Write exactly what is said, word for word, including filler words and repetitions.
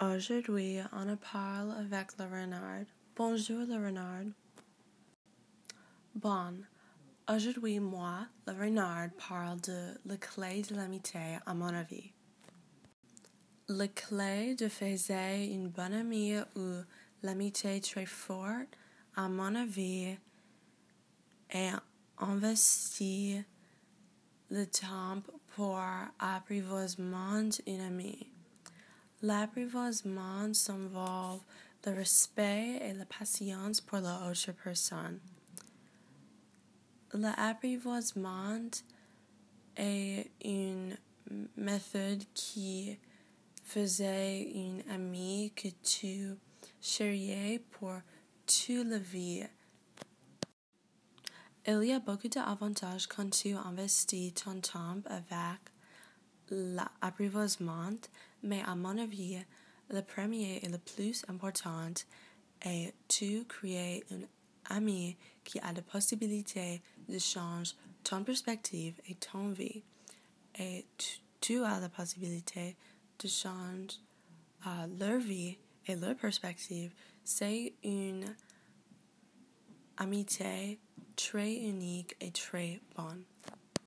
Aujourd'hui, on parle avec le renard. Bonjour le renard. Bon, aujourd'hui, moi, le renard, parle de la clé de l'amitié à mon avis. La clé de faire une bonne amie ou l'amitié très forte, à mon avis, est investir le temps pour apprivoisement d'une amie. L'apprivoisement s'involve le respect et la patience pour l'autre personne. L'apprivoisement est une méthode qui faisait une amie que tu chériais pour toute la vie. Il y a beaucoup d'avantages quand tu investis ton temps avec l'apprivoisement, mais à mon avis, le premier et le plus important est de créer une amie qui a la possibilité de changer ton perspective et ton vie. Et tu as la possibilité de changer uh, leur vie et leur perspective. C'est une amitié très unique et très bonne.